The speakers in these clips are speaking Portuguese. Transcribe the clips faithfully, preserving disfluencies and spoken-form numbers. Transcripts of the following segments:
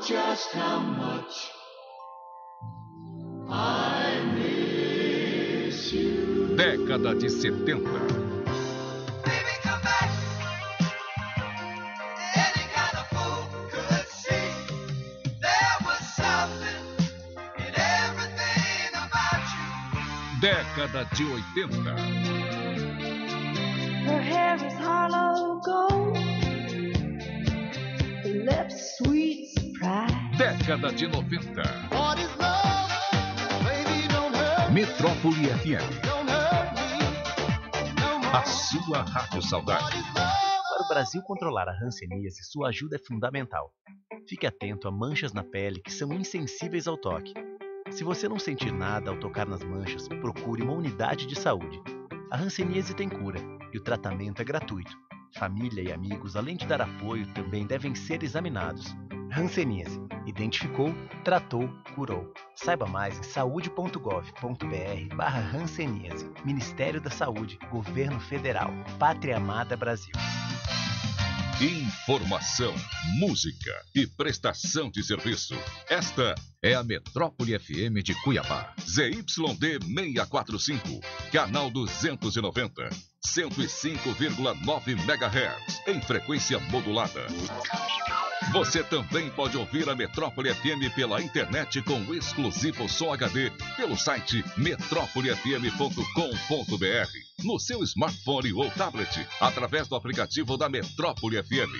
just how much I miss you. Década de setenta. Baby, come back. Any kind of fool could see there was something in everything about you. Década de oitenta. Her hair is hollow gold, her lips sweet surprise. Década de noventa. What is love? Baby, don't hurt me. Metrópole F M, Don't hurt me no more. a sua rádio saudade. What is love? Para o Brasil controlar a hanseníase, sua ajuda é fundamental. Fique atento a manchas na pele que são insensíveis ao toque. Se você não sentir nada ao tocar nas manchas, procure uma unidade de saúde. A hanseníase tem cura e o tratamento é gratuito. Família e amigos, além de dar apoio, também devem ser examinados. Hanseníase. Identificou, tratou, curou. Saiba mais em saúde ponto gov ponto br barra hanseníase. Ministério da Saúde, Governo Federal. Pátria Amada Brasil. Informação, música e prestação de serviço. Esta é a Metrópole F M de Cuiabá. Z Y D seiscentos e quarenta e cinco, canal duzentos e noventa, cento e cinco vírgula nove megahertz, em frequência modulada. Você também pode ouvir a Metrópole F M pela internet com o exclusivo som H D pelo site metrópole f m ponto com ponto br, no seu smartphone ou tablet, através do aplicativo da Metrópole F M.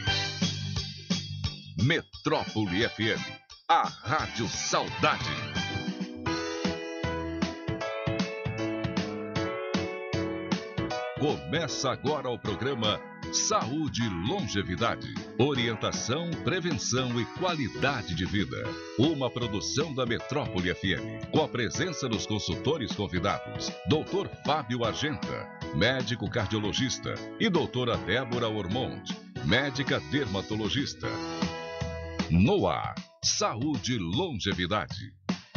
Metrópole F M, a Rádio Saudade. Começa agora o programa Saúde e Longevidade. Orientação, prevenção e qualidade de vida. Uma produção da Metrópole F M. Com a presença dos consultores convidados, doutor Fábio Argenta, médico cardiologista, e doutora Débora Ormond, médica dermatologista. No ar, Saúde e Longevidade.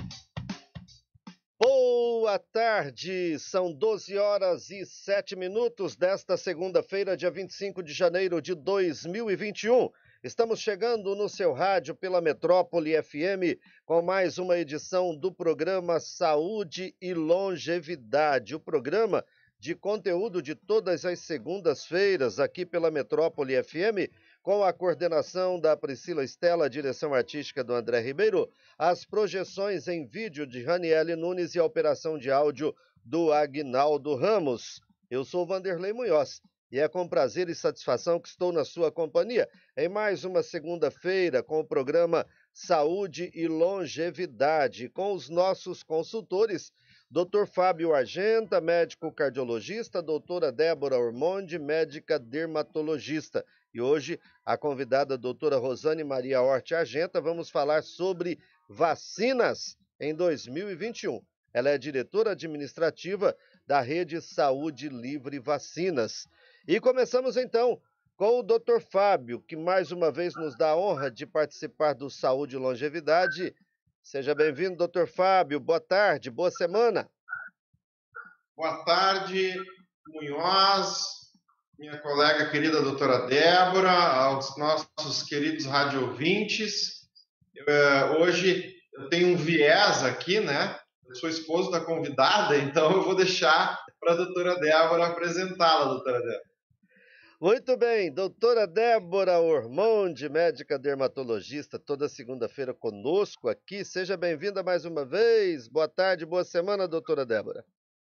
Boa tarde, são doze horas e sete minutos desta segunda-feira, dia vinte e cinco de janeiro de dois mil e vinte e um. Estamos chegando no seu rádio pela Metrópole F M com mais uma edição do programa Saúde e Longevidade, o programa de conteúdo de todas as segundas-feiras aqui pela Metrópole F M, com a coordenação da Priscila Estela, a direção artística do André Ribeiro, as projeções em vídeo de Raniele Nunes e a operação de áudio do Agnaldo Ramos. Eu sou Vanderlei Munhoz e é com prazer e satisfação que estou na sua companhia em mais uma segunda-feira com o programa Saúde e Longevidade, com os nossos consultores, doutor Fábio Argenta, médico cardiologista, doutora Débora Ormond, médica dermatologista. E hoje, a convidada doutora Rosane Maria Hort Argenta, vamos falar sobre vacinas em dois mil e vinte e um. Ela é diretora administrativa da Rede Saúde Livre Vacinas. E começamos então com o doutor Fábio, que mais uma vez nos dá a honra de participar do Saúde e Longevidade. Seja bem-vindo, doutor Fábio. Boa tarde, boa semana. Boa tarde, Munhoz, minha colega querida doutora Débora, aos nossos queridos radiovintes. Uh, hoje eu tenho um viés aqui, né? Eu sou esposo da convidada, então eu vou deixar para a doutora Débora apresentá-la, doutora Débora. Muito bem, doutora Débora Ormond, médica dermatologista, toda segunda-feira conosco aqui. Seja bem-vinda mais uma vez. Boa tarde, boa semana, doutora Débora.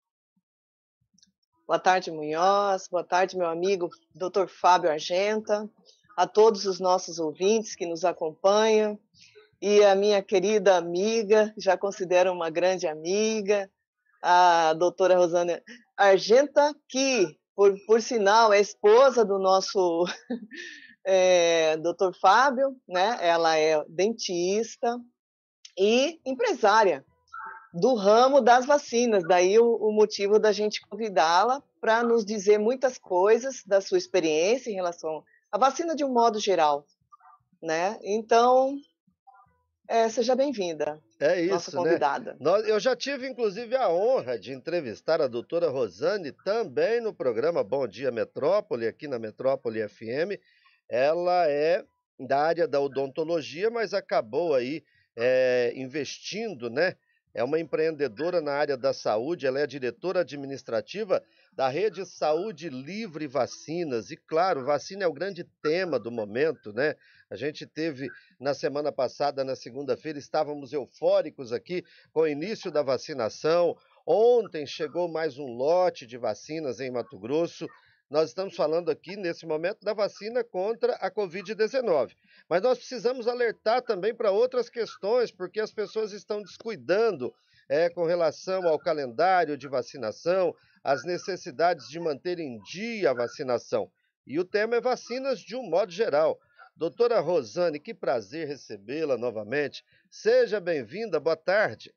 Boa tarde, Munhoz. Boa tarde, meu amigo doutor Fábio Argenta. A todos os nossos ouvintes que nos acompanham. E a minha querida amiga, já considero uma grande amiga, a doutora Rosane Argenta, que, por, por sinal, é esposa do nosso é, doutor Fábio, né? Ela é dentista e empresária do ramo das vacinas, daí o, o motivo da gente convidá-la para nos dizer muitas coisas da sua experiência em relação à vacina de um modo geral, né? Então, é, seja bem-vinda, é isso, nossa convidada. Né? Eu já tive, inclusive, a honra de entrevistar a doutora Rosane também no programa Bom Dia Metrópole, aqui na Metrópole F M. Ela é da área da odontologia, mas acabou aí é, investindo, né? É uma empreendedora na área da saúde, ela é diretora administrativa da Rede Saúde Livre Vacinas. E, claro, vacina é o grande tema do momento, né? A gente teve, na semana passada, na segunda-feira, estávamos eufóricos aqui com o início da vacinação. Ontem chegou mais um lote de vacinas em Mato Grosso. Nós estamos falando aqui, nesse momento, da vacina contra a covid dezenove. Mas nós precisamos alertar também para outras questões, porque as pessoas estão descuidando é, com relação ao calendário de vacinação, as necessidades de manter em dia a vacinação. E o tema é vacinas de um modo geral. Doutora Rosane, que prazer recebê-la novamente. Seja bem-vinda, boa tarde.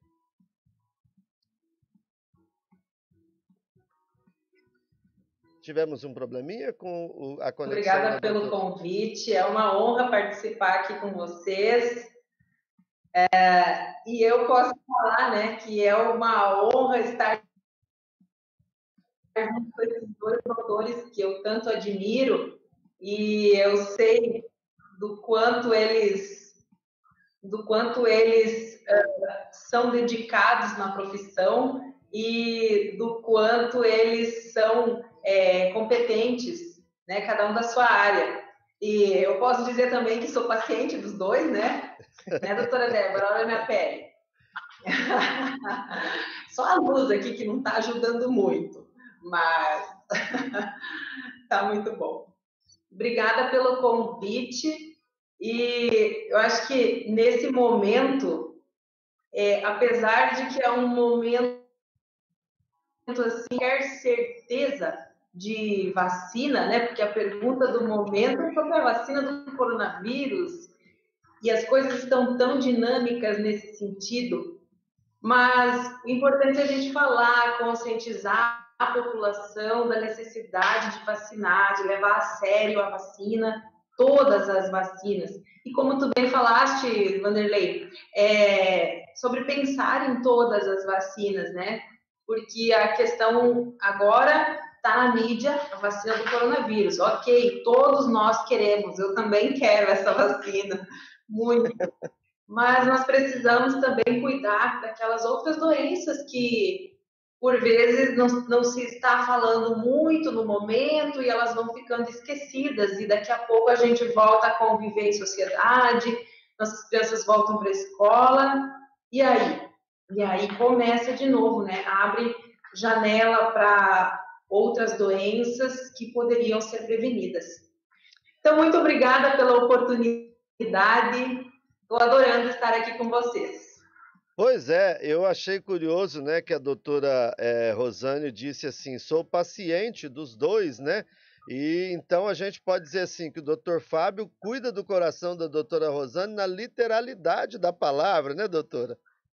Tivemos um probleminha com o, a conexão. Obrigada pelo convite, é uma honra participar aqui com vocês. É, e eu posso falar, né, que é uma honra estar junto com esses dois doutores que eu tanto admiro, e eu sei do quanto eles, do quanto eles uh, são dedicados na profissão e do quanto eles são é, competentes, né, cada um da sua área. E eu posso dizer também que sou paciente dos dois, né? Né, doutora Débora? Olha a minha pele. Só a luz aqui que não está ajudando muito, mas está muito bom. Obrigada pelo convite. E eu acho que nesse momento, é, apesar de que é um momento assim, quer certeza de vacina, né? Porque a pergunta do momento é sobre a vacina do coronavírus e as coisas estão tão dinâmicas nesse sentido. Mas o importante é a gente falar, conscientizar a população da necessidade de vacinar, de levar a sério a vacina, todas as vacinas. E como tu bem falaste, Vanderlei, é, sobre pensar em todas as vacinas, né? Porque a questão agora está na mídia, a vacina do coronavírus. Ok, todos nós queremos, eu também quero essa vacina, muito. Mas nós precisamos também cuidar daquelas outras doenças que, por vezes, não, não se está falando muito no momento e elas vão ficando esquecidas. E daqui a pouco a gente volta a conviver em sociedade, nossas crianças voltam para a escola. E aí? E aí começa de novo, né? Abre janela para outras doenças que poderiam ser prevenidas. Então, muito obrigada pela oportunidade. Estou adorando estar aqui com vocês. Pois é, eu achei curioso, né, que a doutora é, Rosane disse assim, sou paciente dos dois, né? E então a gente pode dizer assim que o doutor Fábio cuida do coração da doutora Rosane na literalidade da palavra, né, doutora?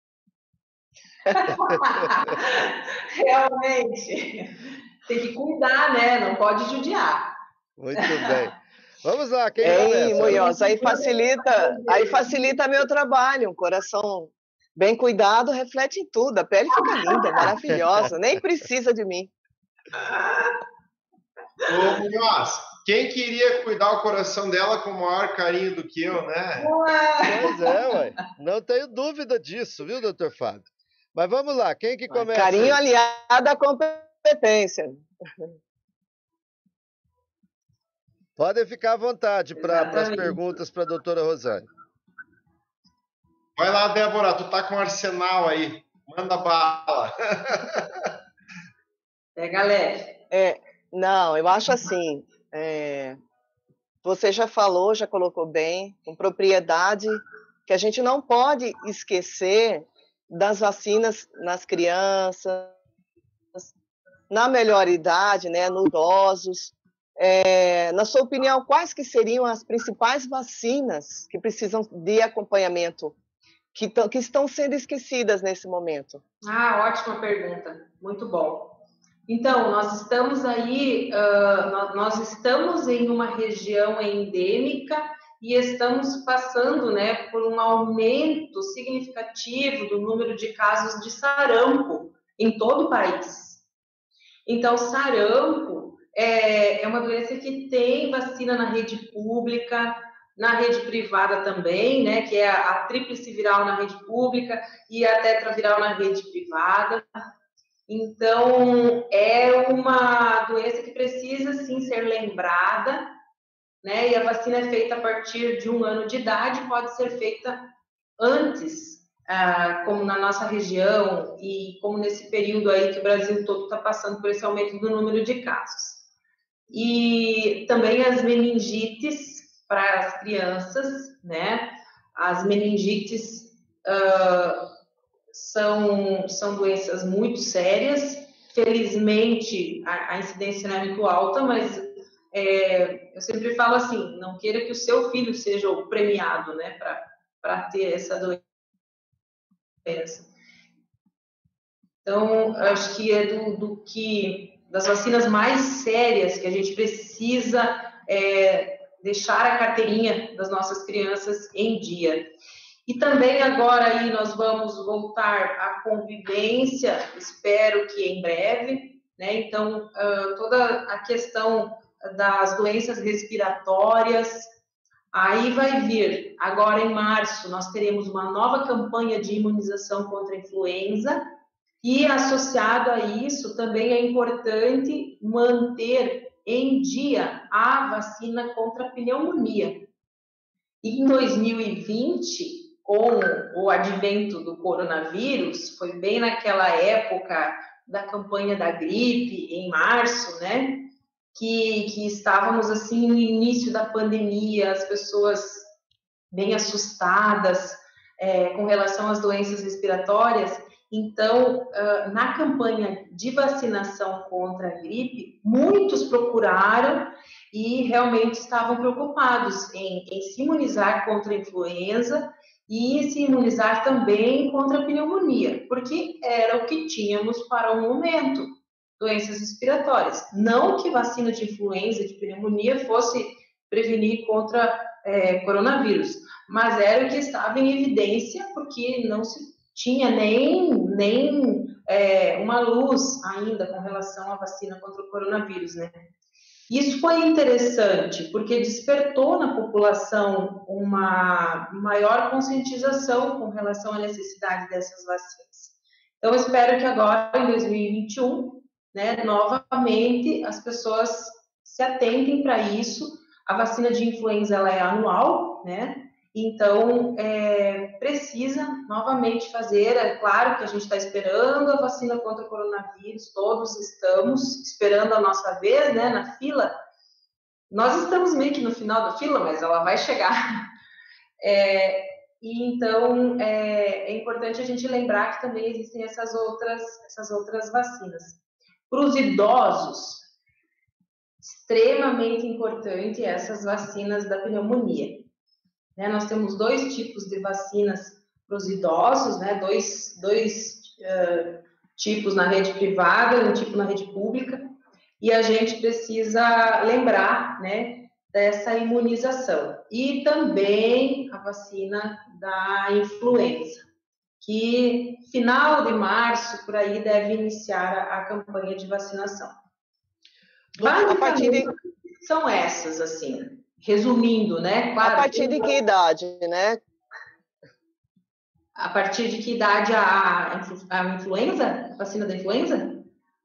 Realmente. Tem que cuidar, né? Não pode judiar. Muito bem. Vamos lá, quem Ei, começa? Munhoz, aí facilita, aí facilita meu trabalho. Um coração bem cuidado reflete em tudo. A pele fica linda, maravilhosa. Nem precisa de mim. Ô, Munhoz, quem queria cuidar o coração dela com o maior carinho do que eu, né? Pois é, ué. Não tenho dúvida disso, viu, doutor Fábio? Mas vamos lá, quem que começa? Carinho aliado à competência. Podem ficar à vontade para as perguntas para a doutora Rosane. Vai lá, Débora, tu tá com um arsenal aí. Manda bala. Pega leve. É, não, eu acho assim, é, você já falou, já colocou bem, com propriedade, que a gente não pode esquecer das vacinas nas crianças, na melhor idade, né, nos idosos. É, na sua opinião, quais que seriam as principais vacinas que precisam de acompanhamento, que, que estão sendo esquecidas nesse momento? Ah, ótima pergunta, muito bom. Então, nós estamos aí, uh, nós estamos em uma região endêmica e estamos passando, né, por um aumento significativo do número de casos de sarampo em todo o país. Então, sarampo é, é uma doença que tem vacina na rede pública, na rede privada também, né, que é a, a tríplice viral na rede pública e a tetraviral na rede privada. Então, é uma doença que precisa, sim, ser lembrada, né, e a vacina é feita a partir de um ano de idade, pode ser feita antes, ah, como na nossa região e como nesse período aí que o Brasil todo está passando por esse aumento do número de casos. E também as meningites para as crianças, né? As meningites uh, são, são doenças muito sérias. Felizmente, a, a incidência não é muito alta, mas é, eu sempre falo assim, não queira que o seu filho seja o premiado, né? Para ter essa doença. Então, acho que é do, do que... das vacinas mais sérias que a gente precisa é, deixar a carteirinha das nossas crianças em dia. E também agora aí nós vamos voltar à convivência, espero que em breve, né? Então, uh, toda a questão das doenças respiratórias, aí vai vir, agora em março, nós teremos uma nova campanha de imunização contra a influenza. E associado a isso, também é importante manter em dia a vacina contra a pneumonia. Em dois mil e vinte, com o advento do coronavírus, foi bem naquela época da campanha da gripe, em março, né? Que, que estávamos assim no início da pandemia, as pessoas bem assustadas é, com relação às doenças respiratórias. Então, na campanha de vacinação contra a gripe, muitos procuraram e realmente estavam preocupados em, em se imunizar contra a influenza e se imunizar também contra a pneumonia, porque era o que tínhamos para o momento, doenças respiratórias. Não que vacina de influenza e de pneumonia fosse prevenir contra é, coronavírus, mas era o que estava em evidência, porque não se tinha nem, nem é, uma luz ainda com relação à vacina contra o coronavírus, né? Isso foi interessante, porque despertou na população uma maior conscientização com relação à necessidade dessas vacinas. Então, eu espero que agora, em dois mil e vinte e um, né, novamente, as pessoas se atentem para isso. A vacina de influenza, ela é anual, né? Então, é, precisa novamente fazer, é claro que a gente está esperando a vacina contra o coronavírus, todos estamos esperando a nossa vez, né, na fila. Nós estamos meio que no final da fila, mas ela vai chegar. É, e então, é, é importante a gente lembrar que também existem essas outras, essas outras vacinas. Para os idosos, extremamente importante essas vacinas da pneumonia. Né, nós temos dois tipos de vacinas para os idosos, né, dois, dois uh, tipos na rede privada e um tipo na rede pública, e a gente precisa lembrar, né, dessa imunização. E também a vacina da influenza, que final de março, por aí, deve iniciar a, a campanha de vacinação. Basicamente, são essas, assim... Resumindo, né? Claro, a partir de que idade, né? A partir de que idade a, a influenza? A vacina da influenza?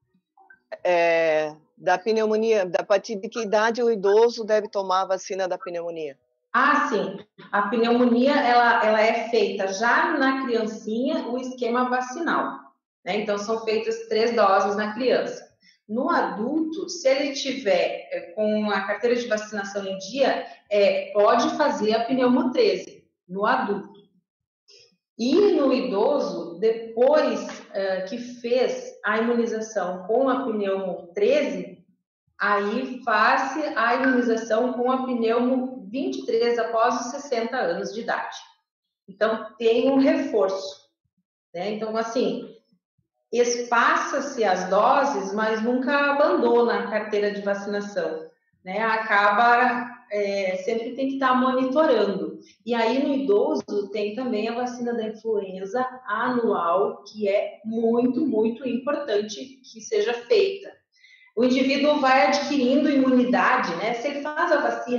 É, da pneumonia. A partir de que idade o idoso deve tomar a vacina da pneumonia? Ah, sim. A pneumonia, ela, ela é feita já na criancinha, o esquema vacinal. Né? Então, são feitas três doses na criança. No adulto, se ele tiver é, com a carteira de vacinação em dia, é, pode fazer a pneumo treze, no adulto. E no idoso, depois é, que fez a imunização com a pneumo treze, aí faz a imunização com a pneumo vinte e três após os sessenta anos de idade. Então, tem um reforço. Né? Então, assim... espaça-se as doses, mas nunca abandona a carteira de vacinação, né? Acaba, é, sempre tem que estar monitorando. E aí no idoso tem também a vacina da influenza anual, que é muito, muito importante que seja feita. O indivíduo vai adquirindo imunidade, né? Se ele faz a vacina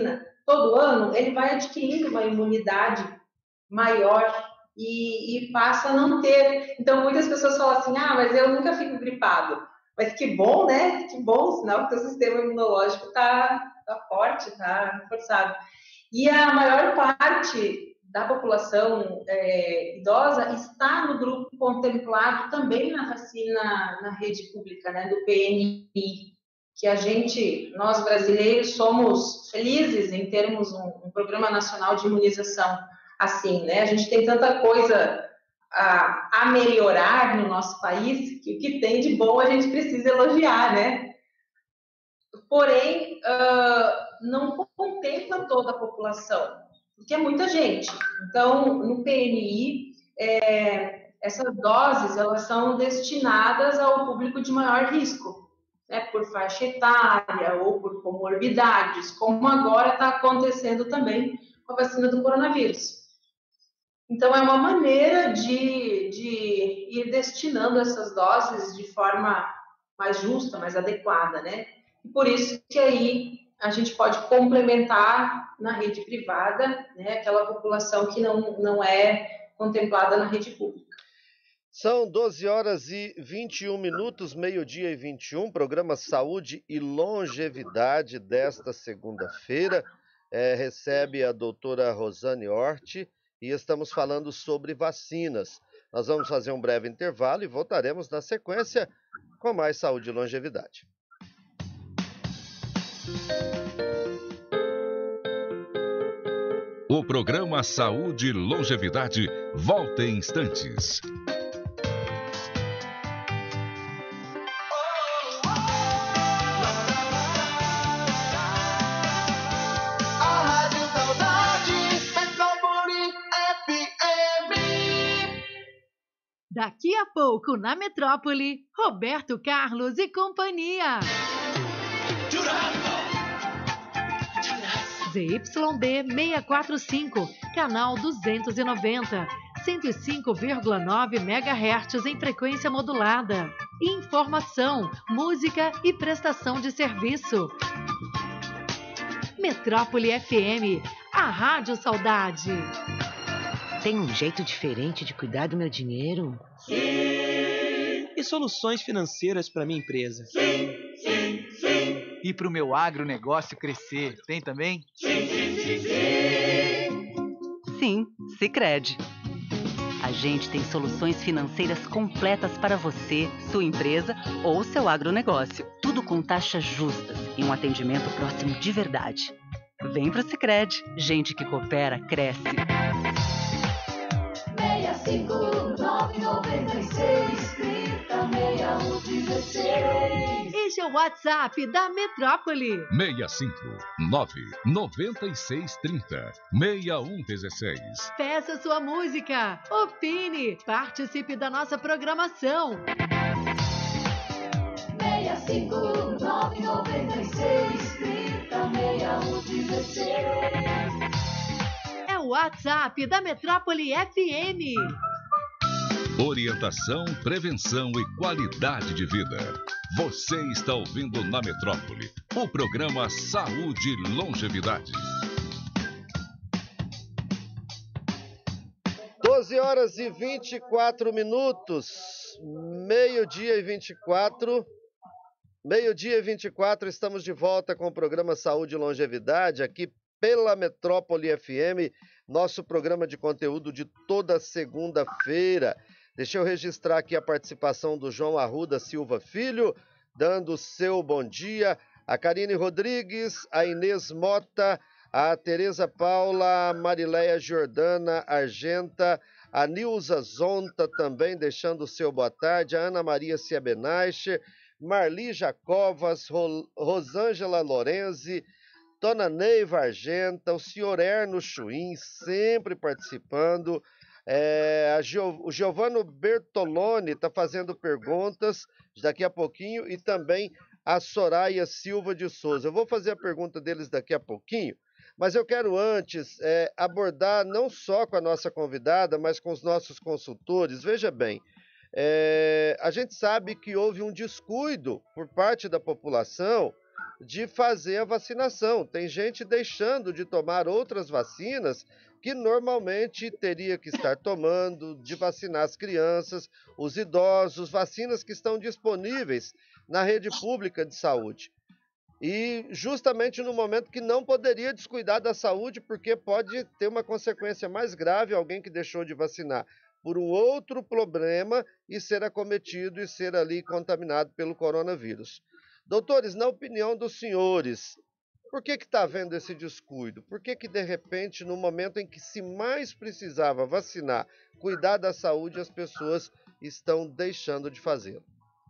todo ano, ele vai adquirindo uma imunidade maior e, e passa a não ter. Então, muitas pessoas falam assim, ah, mas eu nunca fico gripado. Mas que bom, né? Que bom, sinal que o teu sistema imunológico está tá forte, está reforçado. E a maior parte da população é, idosa está no grupo contemplado também na vacina na rede pública, né, do P N I, que a gente, nós brasileiros, somos felizes em termos um, um programa nacional de imunização assim, né? A gente tem tanta coisa a, a melhorar no nosso país que o que tem de bom a gente precisa elogiar, né? Porém, uh, não contempla toda a população, porque é muita gente. Então, no P N I, é, essas doses elas são destinadas ao público de maior risco, né, por faixa etária ou por comorbidades, como agora está acontecendo também com a vacina do coronavírus. Então, é uma maneira de, de ir destinando essas doses de forma mais justa, mais adequada, né? E por isso que aí a gente pode complementar na rede privada, né, aquela população que não, não é contemplada na rede pública. São doze horas e vinte e um minutos, meio-dia e vinte e um, programa Saúde e Longevidade desta segunda-feira. É, recebe a doutora Rosane Hort e estamos falando sobre vacinas. Nós vamos fazer um breve intervalo e voltaremos na sequência com mais Saúde e Longevidade. O programa Saúde e Longevidade volta em instantes. A Rádio Saudade, Metrópole F M. Daqui a pouco, na Metrópole, Roberto Carlos e companhia. Z Y D seiscentos e quarenta e cinco, canal duzentos e noventa, cento e cinco vírgula nove megahertz em frequência modulada. Informação, música e prestação de serviço. Metrópole F M, a Rádio Saudade. Tem um jeito diferente de cuidar do meu dinheiro? Sim! E soluções financeiras para minha empresa? Sim, sim, sim. E para o meu agronegócio crescer, tem também? Sim, sim, sim, sim. Sim, Sicredi. A gente tem soluções financeiras completas para você, sua empresa ou seu agronegócio. Tudo com taxas justas e um atendimento próximo de verdade. Vem pro Sicredi. Gente que coopera, cresce. seis cinco nove nove seis, trinta, seis um, dezesseis. Este é o WhatsApp da Metrópole. seis cinco nove nove seis trinta, seis um dezesseis. Peça sua música, opine, participe da nossa programação. seis cinco nove nove seis, trinta, seis um, dezesseis. É o WhatsApp da Metrópole F M. Orientação, prevenção e qualidade de vida. Você está ouvindo na Metrópole o programa Saúde e Longevidade. doze horas e vinte e quatro minutos, meio-dia e vinte e quatro. Meio-dia e vinte e quatro, estamos de volta com o programa Saúde e Longevidade, aqui pela Metrópole F M, nosso programa de conteúdo de toda segunda-feira. Deixa eu registrar aqui a participação do João Arruda Silva Filho, dando o seu bom dia, a Karine Rodrigues, a Inês Mota, a Tereza Paula, a Marileia Jordana Argenta, a Nilza Zonta também deixando o seu boa tarde, a Ana Maria Ciabenache, Marli Jacovas, Ro- Rosângela Lorenzi, Dona Neiva Argenta, o senhor Erno Chuim, sempre participando. É, a Gio, o Giovanni Bertoloni está fazendo perguntas daqui a pouquinho e também a Soraya Silva de Souza. Eu vou fazer a pergunta deles daqui a pouquinho, mas eu quero antes é, abordar não só com a nossa convidada, mas com os nossos consultores. Veja bem, é, a gente sabe que houve um descuido por parte da população de fazer a vacinação. Tem gente deixando de tomar outras vacinas que normalmente teria que estar tomando, de vacinar as crianças, os idosos, vacinas que estão disponíveis na rede pública de saúde. E justamente no momento que não poderia descuidar da saúde, porque pode ter uma consequência mais grave, alguém que deixou de vacinar por um outro problema e ser acometido e ser ali contaminado pelo coronavírus. Doutores, na opinião dos senhores, por que que está havendo esse descuido? Por que que, de repente, no momento em que se mais precisava vacinar, cuidar da saúde, as pessoas estão deixando de fazê-lo?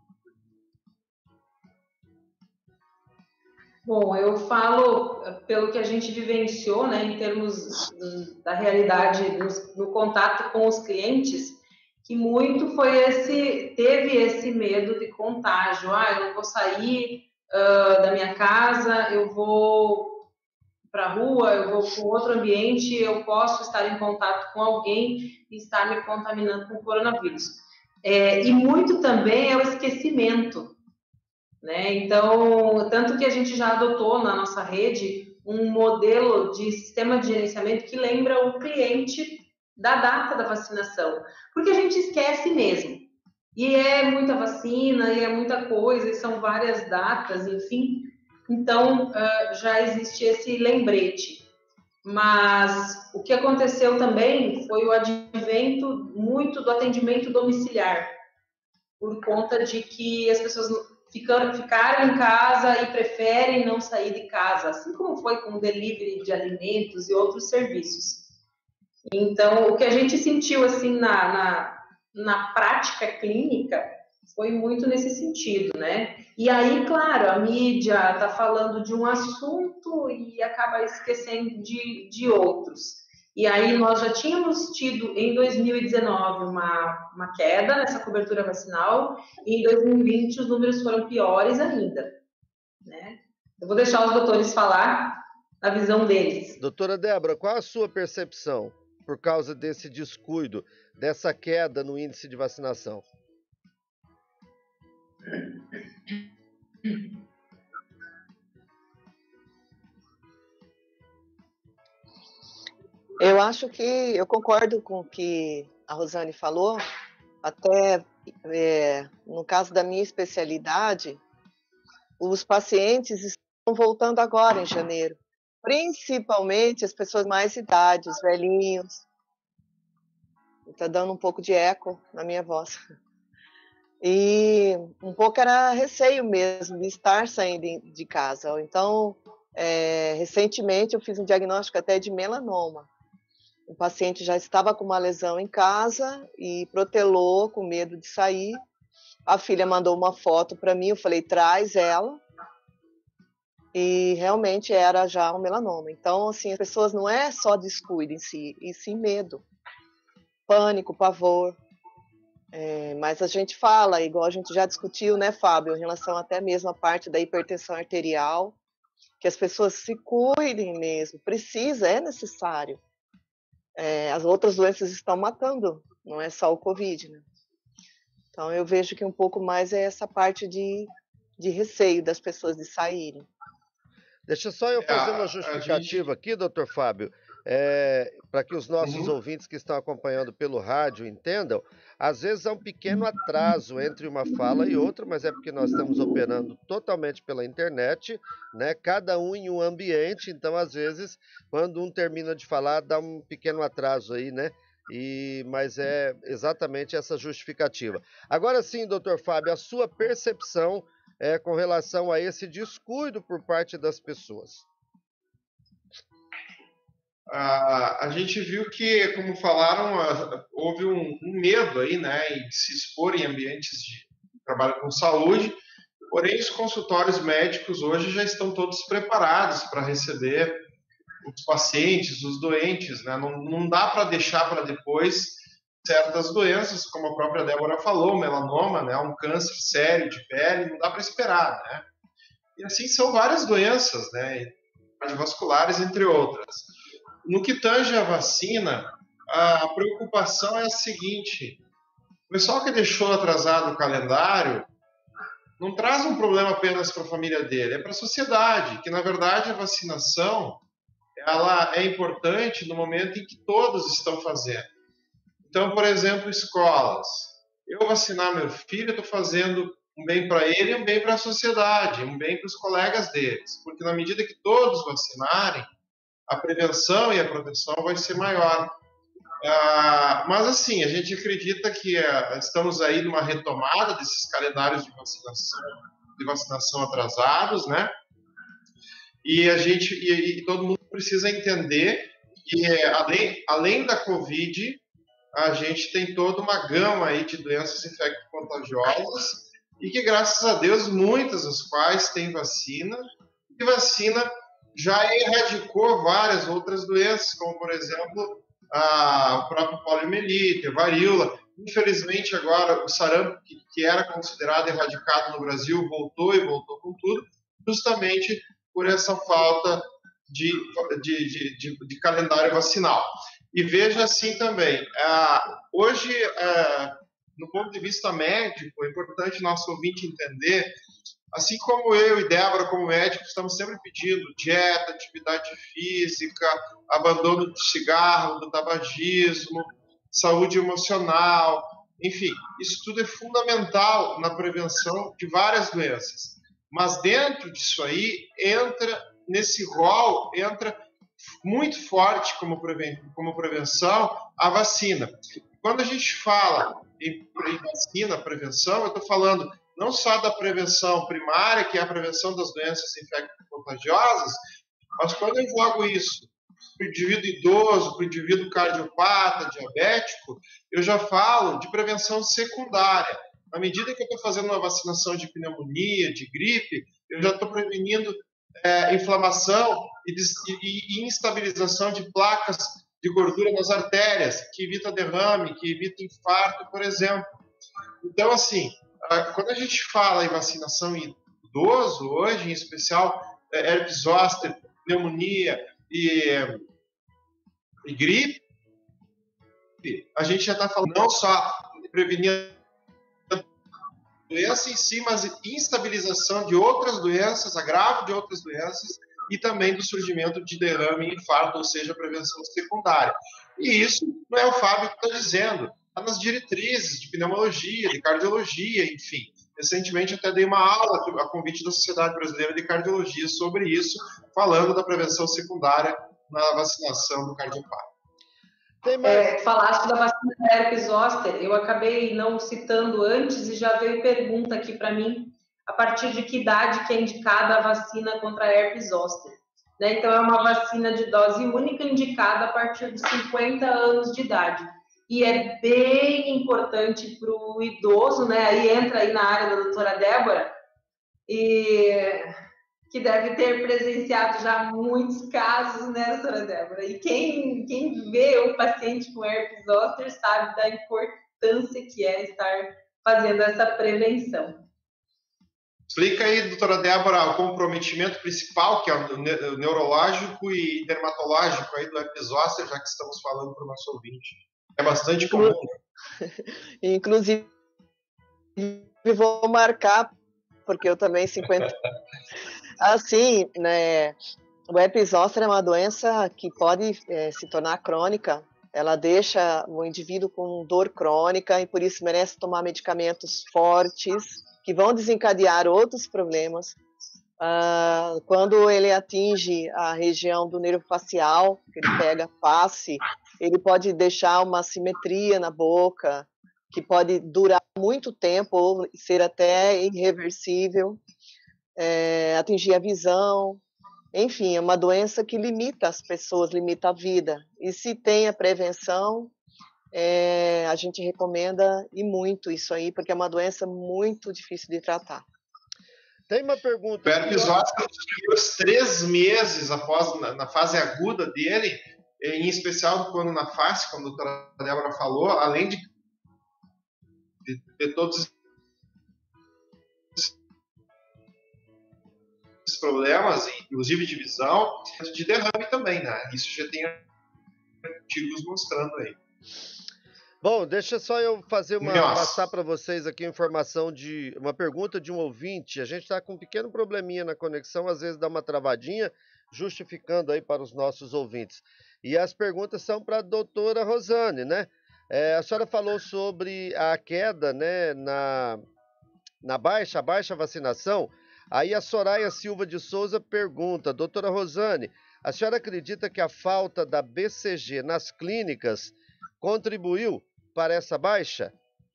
Bom, eu falo pelo que a gente vivenciou, né, em termos da realidade, no, no contato com os clientes, que muito foi esse, teve esse medo de contágio. Ah, eu não vou sair uh, da minha casa, eu vou para a rua, eu vou para outro ambiente, eu posso estar em contato com alguém e estar me contaminando com o coronavírus. É, e muito também é o esquecimento. Né? Então, tanto que a gente já adotou na nossa rede um modelo de sistema de gerenciamento que lembra o cliente da data da vacinação, porque a gente esquece mesmo. E é muita vacina, e é muita coisa, e são várias datas, enfim. Então, uh, já existe esse lembrete. Mas o que aconteceu também foi o advento muito do atendimento domiciliar, por conta de que as pessoas Ficando, ficaram em casa e preferem não sair de casa, assim como foi com o delivery de alimentos e outros serviços. Então, o que a gente sentiu assim na, na, na prática clínica foi muito nesse sentido, né? E aí, claro, a mídia está falando de um assunto e acaba esquecendo de, de outros. E aí nós já tínhamos tido em dois mil e dezenove uma, uma queda nessa cobertura vacinal e em dois mil e vinte os números foram piores ainda. Né? Eu vou deixar os doutores falar a visão deles. Doutora Débora, qual a sua percepção por causa desse descuido, dessa queda no índice de vacinação? Eu acho que, eu concordo com o que a Rosane falou, até é, no caso da minha especialidade, os pacientes estão voltando agora em janeiro, principalmente as pessoas mais idade, os velhinhos. Está dando um pouco de eco na minha voz. E um pouco era receio mesmo de estar saindo de casa. Então, é, recentemente eu fiz um diagnóstico até de melanoma. O paciente já estava com uma lesão em casa e protelou com medo de sair. A filha mandou uma foto para mim, eu falei, traz ela. E realmente era já um melanoma. Então, assim, as pessoas não é só descuido em si, e sim medo, pânico, pavor. É, mas a gente fala, igual a gente já discutiu, né, Fábio, em relação até mesmo à parte da hipertensão arterial, que as pessoas se cuidem mesmo, precisa, é necessário. É, as outras doenças estão matando, não é só o Covid, né? Então eu vejo que um pouco mais é essa parte de, de receio das pessoas de saírem. Deixa só eu fazer uma justificativa aqui, doutor Fábio, é, para que os nossos uhum. ouvintes que estão acompanhando pelo rádio entendam. Às vezes há um pequeno atraso entre uma fala e outra, mas é porque nós estamos operando totalmente pela internet, né? Cada um em um ambiente, então às vezes quando um termina de falar dá um pequeno atraso aí, né? E, mas é exatamente essa justificativa. Agora sim, doutor Fábio, a sua percepção é, com relação a esse descuido por parte das pessoas. A, a gente viu que, como falaram, a, houve um, um medo aí, né, de se expor em ambientes de trabalho com saúde, porém os consultórios médicos hoje já estão todos preparados para receber os pacientes, os doentes, né, não, não dá para deixar para depois certas doenças, como a própria Débora falou, melanoma, né, um câncer sério de pele, não dá para esperar, né, e assim são várias doenças, né, cardiovasculares, entre outras. No que tange a vacina, a preocupação é a seguinte: o pessoal que deixou atrasado o calendário não traz um problema apenas para a família dele, é para a sociedade, que na verdade a vacinação ela é importante no momento em que todos estão fazendo. Então, por exemplo, escolas. Eu vacinar meu filho, eu estou fazendo um bem para ele e um bem para a sociedade, um bem para os colegas deles, porque na medida que todos vacinarem, a prevenção e a proteção vai ser maior. Ah, mas assim, a gente acredita que ah, estamos aí numa retomada desses calendários de vacinação, de vacinação atrasados, né? E a gente e, e todo mundo precisa entender que além, além da Covid, a gente tem toda uma gama aí de doenças infecto-contagiosas e que, graças a Deus, muitas das quais têm vacina, e vacina já erradicou várias outras doenças, como, por exemplo, a, o próprio poliomielite, a varíola. Infelizmente, agora, o sarampo, que, que era considerado erradicado no Brasil, voltou e voltou com tudo, justamente por essa falta de, de, de, de, de calendário vacinal. E veja assim também, ah, hoje, ah, no ponto de vista médico, é importante nosso ouvinte entender, assim como eu e Débora, como médicos, estamos sempre pedindo dieta, atividade física, abandono do cigarro, do tabagismo, saúde emocional, enfim, isso tudo é fundamental na prevenção de várias doenças. Mas dentro disso aí, entra, nesse rol, entra muito forte como, preven como prevenção a vacina. Quando a gente fala em, em vacina, prevenção, eu estou falando não só da prevenção primária, que é a prevenção das doenças infecto-contagiosas, mas quando eu jogo isso para o indivíduo idoso, para o indivíduo cardiopata, diabético, eu já falo de prevenção secundária. Na medida que eu estou fazendo uma vacinação de pneumonia, de gripe, eu já estou prevenindo é, inflamação e, e, e instabilização de placas de gordura nas artérias, que evita derrame, que evita infarto, por exemplo. Então, assim, quando a gente fala em vacinação em idoso, hoje, em especial, herpes zoster, pneumonia e, e gripe, a gente já está falando não só de prevenir a doença em si, mas instabilização de outras doenças, agravo de outras doenças e também do surgimento de derrame e infarto, ou seja, prevenção secundária. E isso não é o Fábio que está dizendo, está nas diretrizes de pneumologia, de cardiologia, enfim. Recentemente até dei uma aula a convite da Sociedade Brasileira de Cardiologia sobre isso, falando da prevenção secundária na vacinação do cardiopata. É, falaste da vacina da herpes zoster, eu acabei não citando antes e já veio pergunta aqui para mim, a partir de que idade que é indicada a vacina contra a herpes zoster. Né? Então, é uma vacina de dose única indicada a partir de cinquenta anos de idade. E é bem importante para o idoso, né? Aí entra aí na área da doutora Débora, e que deve ter presenciado já muitos casos, né, doutora Débora? E quem, quem vê o paciente com herpes zoster sabe da importância que é estar fazendo essa prevenção. Explica aí, doutora Débora, o comprometimento principal, que é o neurológico e dermatológico aí do herpes zoster, já que estamos falando para o nosso ouvinte. É bastante comum. Inclusive, vou marcar, porque eu também cinquenta... Assim, né, o herpes zoster é uma doença que pode é, se tornar crônica. Ela deixa o indivíduo com dor crônica e por isso merece tomar medicamentos fortes que vão desencadear outros problemas. Ah, quando ele atinge a região do nervo facial, que ele pega a face, ele pode deixar uma assimetria na boca, que pode durar muito tempo ou ser até irreversível, é, atingir a visão. Enfim, é uma doença que limita as pessoas, limita a vida. E se tem a prevenção, é, a gente recomenda e muito isso aí, porque é uma doença muito difícil de tratar. Tem uma pergunta. O herpes zoster, os três meses após, na, na fase aguda dele, em especial quando na face, como a doutora Débora falou, além de, de ter todos esses problemas, inclusive de visão, de derrame também, né? Isso já tem artigos mostrando aí. Bom, deixa só eu fazer uma, Nossa. passar para vocês aqui informação de uma pergunta de um ouvinte. A gente está com um pequeno probleminha na conexão, às vezes dá uma travadinha, justificando aí para os nossos ouvintes. E as perguntas são para a doutora Rosane, né? É, a senhora falou sobre a queda, né, na, na baixa, a baixa vacinação. Aí a Soraya Silva de Souza pergunta, doutora Rosane, a senhora acredita que a falta da B C G nas clínicas contribuiu para essa baixa?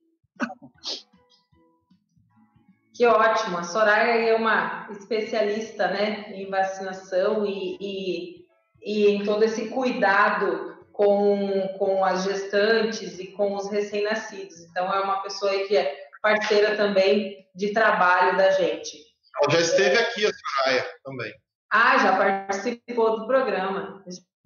Que ótimo, a Soraya é uma especialista, né, em vacinação e, e, e em todo esse cuidado com, com as gestantes e com os recém-nascidos. Então é uma pessoa aí que é parceira também de trabalho da gente. Ela já esteve aqui, a Soraya, também. Ah, já participou do programa.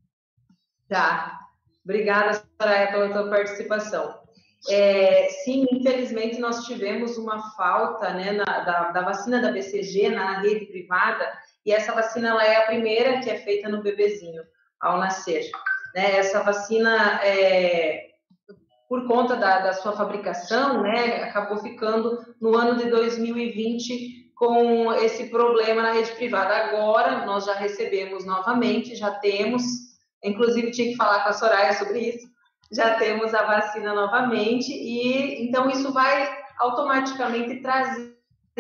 Já. Obrigada, Soraya, pela tua participação. É, sim, infelizmente nós tivemos uma falta, né, na, da, da vacina da B C G na rede privada, e essa vacina ela é a primeira que é feita no bebezinho ao nascer. Né? Essa vacina, é, por conta da, da sua fabricação, né, acabou ficando no ano de dois mil e vinte com esse problema na rede privada. Agora nós já recebemos novamente, já temos, inclusive tinha que falar com a Soraya sobre isso, já temos a vacina novamente, e então isso vai automaticamente trazer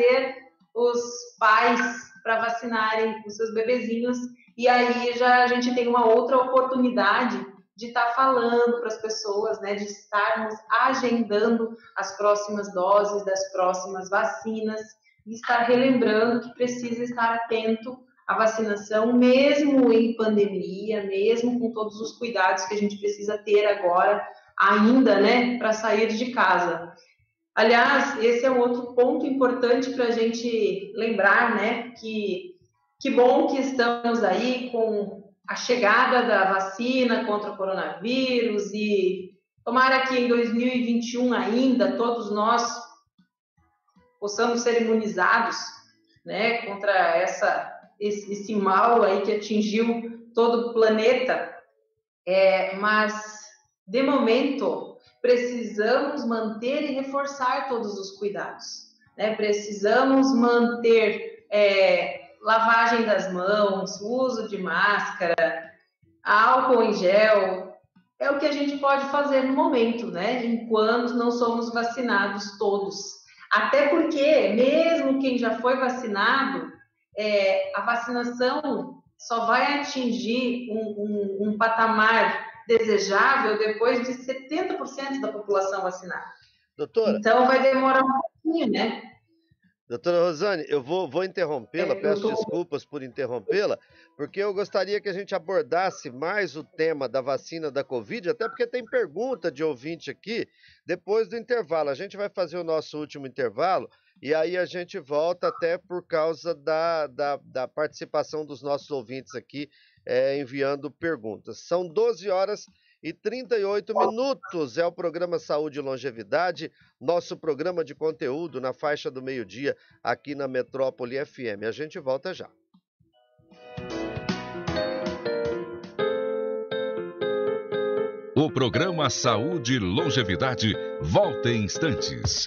os pais para vacinarem os seus bebezinhos, e aí já a gente tem uma outra oportunidade de estar tá falando para as pessoas, né, de estarmos agendando as próximas doses das próximas vacinas, e estar relembrando que precisa estar atento à vacinação, mesmo em pandemia, mesmo com todos os cuidados que a gente precisa ter agora, ainda, né, para sair de casa. Aliás, esse é um outro ponto importante para a gente lembrar, né, que que bom que estamos aí com a chegada da vacina contra o coronavírus, e tomara que em dois mil e vinte e um ainda todos nós possamos ser imunizados, né, contra essa, esse, esse mal aí que atingiu todo o planeta. É, mas, de momento, precisamos manter e reforçar todos os cuidados. Né? Precisamos manter é, lavagem das mãos, uso de máscara, álcool em gel. É o que a gente pode fazer no momento, né? Enquanto não somos vacinados todos. Até porque, mesmo quem já foi vacinado, é, a vacinação só vai atingir um, um, um patamar desejável depois de setenta por cento da população vacinada. Doutora, então vai demorar um pouquinho, né? Doutora Rosane, eu vou, vou interrompê-la, é, peço tô... desculpas por interrompê-la, porque eu gostaria que a gente abordasse mais o tema da vacina da Covid, até porque tem pergunta de ouvinte aqui, depois do intervalo. A gente vai fazer o nosso último intervalo e aí a gente volta até por causa da, da, da participação dos nossos ouvintes aqui, é, enviando perguntas. São doze horas e trinta e oito minutos, é o programa Saúde e Longevidade, nosso programa de conteúdo na faixa do meio-dia aqui na Metrópole F M. A gente volta já. O programa Saúde e Longevidade volta em instantes.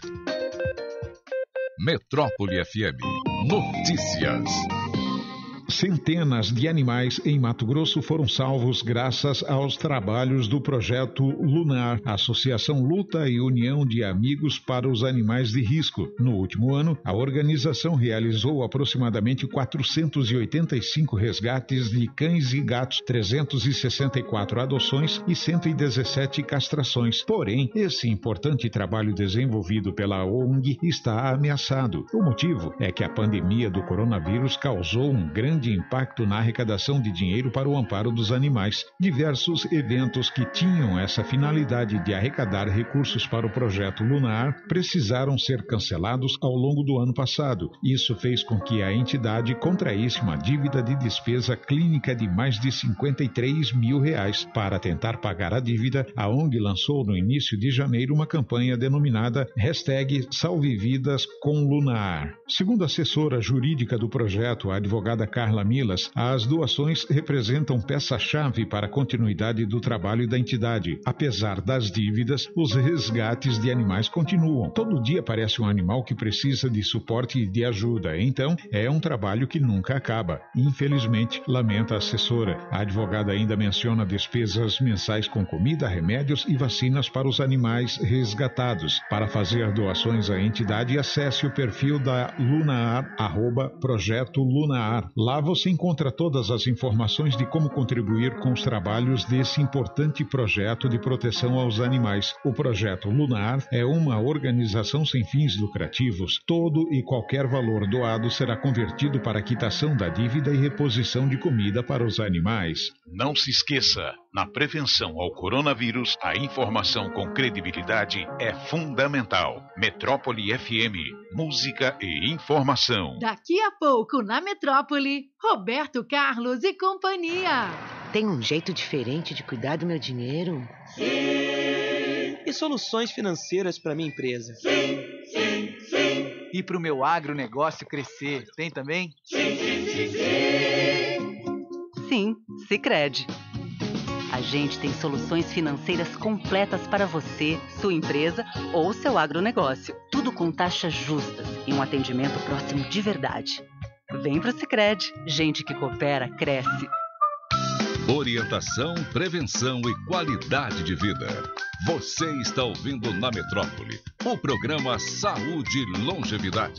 Metrópole F M. Notícias. Centenas de animais em Mato Grosso foram salvos graças aos trabalhos do projeto Lunar, Associação Luta e União de Amigos para os Animais de Risco. No último ano, a organização realizou aproximadamente quatrocentos e oitenta e cinco resgates de cães e gatos, trezentas e sessenta e quatro adoções e cento e dezessete castrações. Porém, esse importante trabalho desenvolvido pela O N G está ameaçado. O motivo é que a pandemia do coronavírus causou um grande de impacto na arrecadação de dinheiro para o amparo dos animais. Diversos eventos que tinham essa finalidade de arrecadar recursos para o projeto Lunar precisaram ser cancelados ao longo do ano passado. Isso fez com que a entidade contraísse uma dívida de despesa clínica de mais de cinquenta e três mil reais. Para tentar pagar a dívida, a O N G lançou no início de janeiro uma campanha denominada hashtag Salve Vidas com Lunar. Segundo a assessora jurídica do projeto, a advogada Carla Carla Milas, as doações representam peça-chave para a continuidade do trabalho da entidade. Apesar das dívidas, os resgates de animais continuam. Todo dia aparece um animal que precisa de suporte e de ajuda, então é um trabalho que nunca acaba. Infelizmente, lamenta a assessora. A advogada ainda menciona despesas mensais com comida, remédios e vacinas para os animais resgatados. Para fazer doações à entidade, acesse o perfil da Lunaar, arroba Projeto Lunaar. Lá você encontra todas as informações de como contribuir com os trabalhos desse importante projeto de proteção aos animais. O Projeto Lunaar é uma organização sem fins lucrativos. Todo e qualquer valor doado será convertido para a quitação da dívida e reposição de comida para os animais. Não se esqueça, na prevenção ao coronavírus, a informação com credibilidade é fundamental. Metrópole F M, música e informação. Daqui a pouco, na Metrópole, Roberto Carlos e companhia. Tem um jeito diferente de cuidar do meu dinheiro? Sim! E soluções financeiras para minha empresa? Sim, sim, sim! E para o meu agronegócio crescer, tem também? Sim, sim, sim, sim! Sim, Sicredi. A gente tem soluções financeiras completas para você, sua empresa ou seu agronegócio. Tudo com taxas justas e um atendimento próximo de verdade. Vem pro Sicredi. Gente que coopera, cresce. Orientação, prevenção e qualidade de vida. Você está ouvindo na Metrópole o programa Saúde e Longevidade.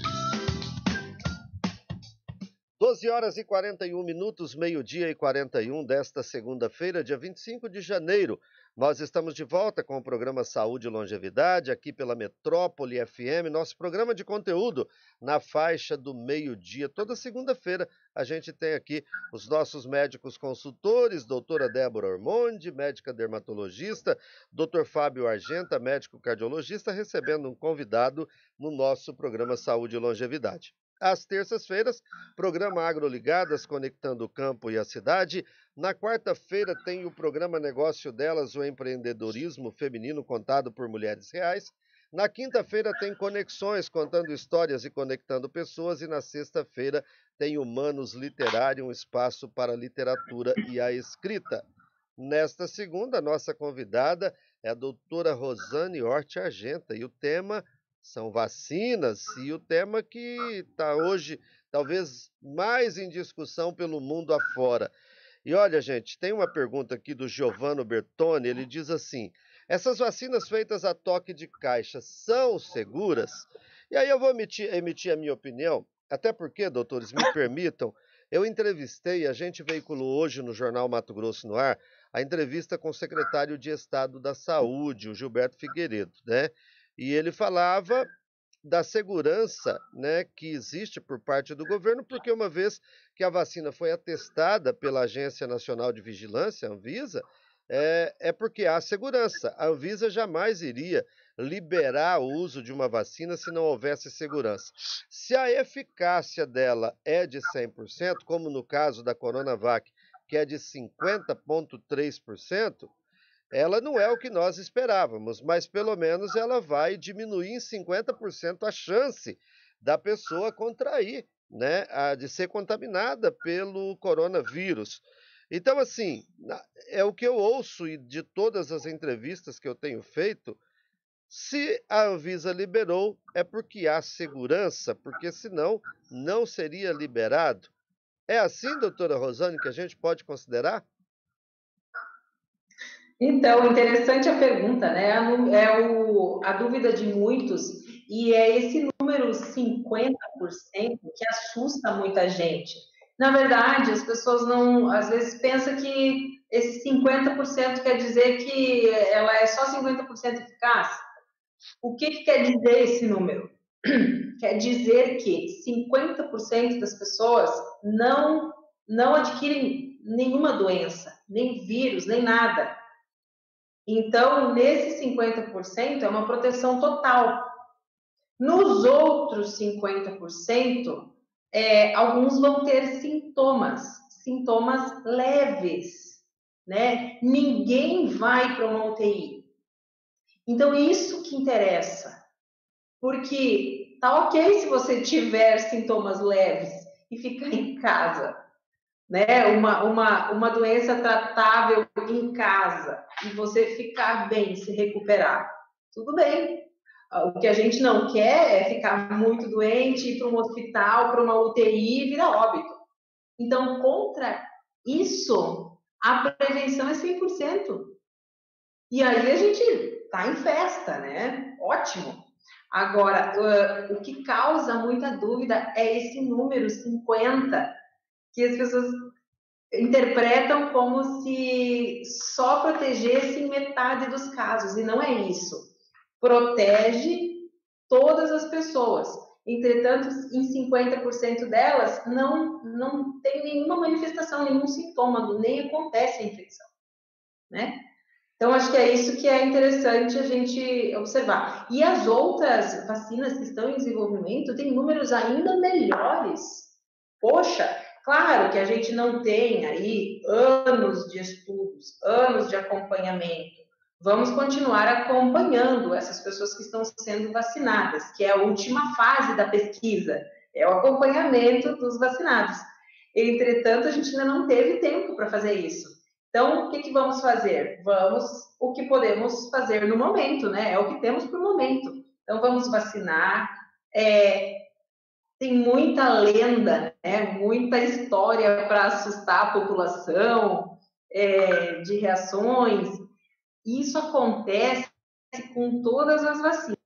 doze horas e quarenta e um minutos, meio-dia e quarenta e um desta segunda-feira, dia vinte e cinco de janeiro. Nós estamos de volta com o programa Saúde e Longevidade, aqui pela Metrópole F M, nosso programa de conteúdo na faixa do meio-dia. Toda segunda-feira a gente tem aqui os nossos médicos consultores, doutora Débora Ormonde, médica dermatologista, doutor Fábio Argenta, médico cardiologista, recebendo um convidado no nosso programa Saúde e Longevidade. Às terças-feiras, programa Agroligadas, conectando o campo e a cidade. Na quarta-feira tem o programa Negócio Delas, o empreendedorismo feminino contado por mulheres reais. Na quinta-feira tem Conexões, contando histórias e conectando pessoas. E na sexta-feira tem Humanos Literário, um espaço para a literatura e a escrita. Nesta segunda, nossa convidada é a doutora Rosane Hort Argenta e o tema são vacinas, e o tema que está hoje talvez mais em discussão pelo mundo afora. E olha, gente, tem uma pergunta aqui do Giovanni Bertoni, ele diz assim: essas vacinas feitas a toque de caixa são seguras? E aí eu vou emitir, emitir a minha opinião, até porque, doutores, me permitam, eu entrevistei, a gente veiculou hoje no Jornal Mato Grosso no Ar, a entrevista com o secretário de Estado da Saúde, o Gilberto Figueiredo, né? E ele falava da segurança, né, que existe por parte do governo, porque uma vez que a vacina foi atestada pela Agência Nacional de Vigilância, a Anvisa, é, é porque há segurança. A Anvisa jamais iria liberar o uso de uma vacina se não houvesse segurança. Se a eficácia dela é de cem por cento, como no caso da Coronavac, que é de cinquenta vírgula três por cento, ela não é o que nós esperávamos, mas pelo menos ela vai diminuir em cinquenta por cento a chance da pessoa contrair, né, a, de ser contaminada pelo coronavírus. Então, assim, é o que eu ouço e de todas as entrevistas que eu tenho feito, se a Anvisa liberou é porque há segurança, porque senão não seria liberado. É assim, doutora Rosane, que a gente pode considerar? Então, interessante a pergunta, né? É o, a dúvida de muitos, e é esse número cinquenta por cento que assusta muita gente. Na verdade, as pessoas não, às vezes pensam que esse cinquenta por cento quer dizer que ela é só cinquenta por cento eficaz. O que, que quer dizer esse número? Quer dizer que cinquenta por cento das pessoas não, não adquirem nenhuma doença, nem vírus, nem nada. Então, nesse cinquenta por cento é uma proteção total. Nos outros cinquenta por cento, é, alguns vão ter sintomas, sintomas leves, né? Ninguém vai para uma U T I. Então, isso que interessa. Porque tá ok se você tiver sintomas leves e ficar em casa. né, uma, uma, uma doença tratável em casa e você ficar bem, se recuperar, tudo bem. O que a gente não quer é ficar muito doente, ir para um hospital, para uma U T I e virar óbito. Então, contra isso, a prevenção é cem por cento. E aí a gente está em festa, né? Ótimo. Agora, uh, o que causa muita dúvida é esse número cinquenta, que as pessoas interpretam como se só protegesse em metade dos casos, e não é isso. Protege todas as pessoas. Entretanto, em cinquenta por cento delas não, não tem nenhuma manifestação, nenhum sintoma, nem acontece a infecção, né? Então, acho que é isso que é interessante a gente observar. E as outras vacinas que estão em desenvolvimento têm números ainda melhores. Poxa, claro que a gente não tem aí anos de estudos, anos de acompanhamento. Vamos continuar acompanhando essas pessoas que estão sendo vacinadas, que é a última fase da pesquisa, é o acompanhamento dos vacinados. Entretanto, a gente ainda não teve tempo para fazer isso. Então, o que, que vamos fazer? Vamos o que podemos fazer no momento, né? É o que temos para o momento. Então, vamos vacinar. É, tem muita lenda, né? Muita história para assustar a população, é, de reações. Isso acontece com todas as vacinas,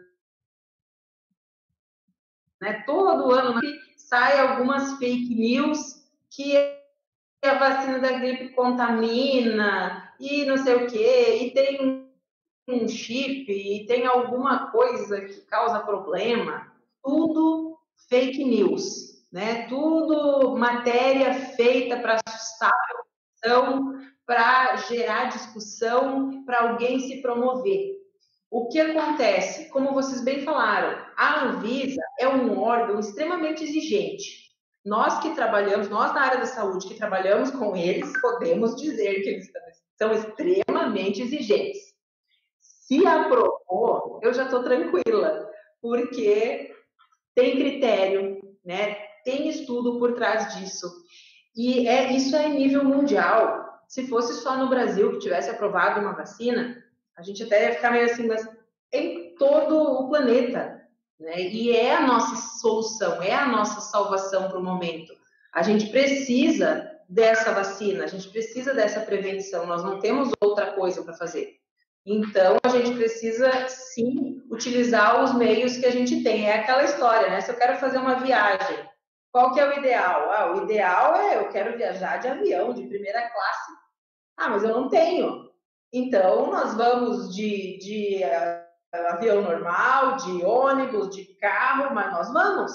né? Todo ano sai algumas fake news que a vacina da gripe contamina e não sei o quê, e tem um chip, e tem alguma coisa que causa problema. Tudo fake news, né? Tudo matéria feita para assustar a população, para gerar discussão, para alguém se promover. O que acontece? Como vocês bem falaram, a Anvisa é um órgão extremamente exigente. Nós que trabalhamos, nós na área da saúde que trabalhamos com eles, podemos dizer que eles são extremamente exigentes. Se aprovou, eu já estou tranquila, porque tem critério, né? Tem estudo por trás disso. E é, isso é em nível mundial. Se fosse só no Brasil que tivesse aprovado uma vacina, a gente até ia ficar meio assim, mas em todo o planeta, né? E é a nossa solução, é a nossa salvação para o momento. A gente precisa dessa vacina, a gente precisa dessa prevenção, nós não temos outra coisa para fazer. Então, a gente precisa, sim, utilizar os meios que a gente tem. É aquela história, né? Se eu quero fazer uma viagem, qual que é o ideal? Ah, o ideal é eu quero viajar de avião, de primeira classe. Ah, mas eu não tenho. Então, nós vamos de, de uh, avião normal, de ônibus, de carro, mas nós vamos.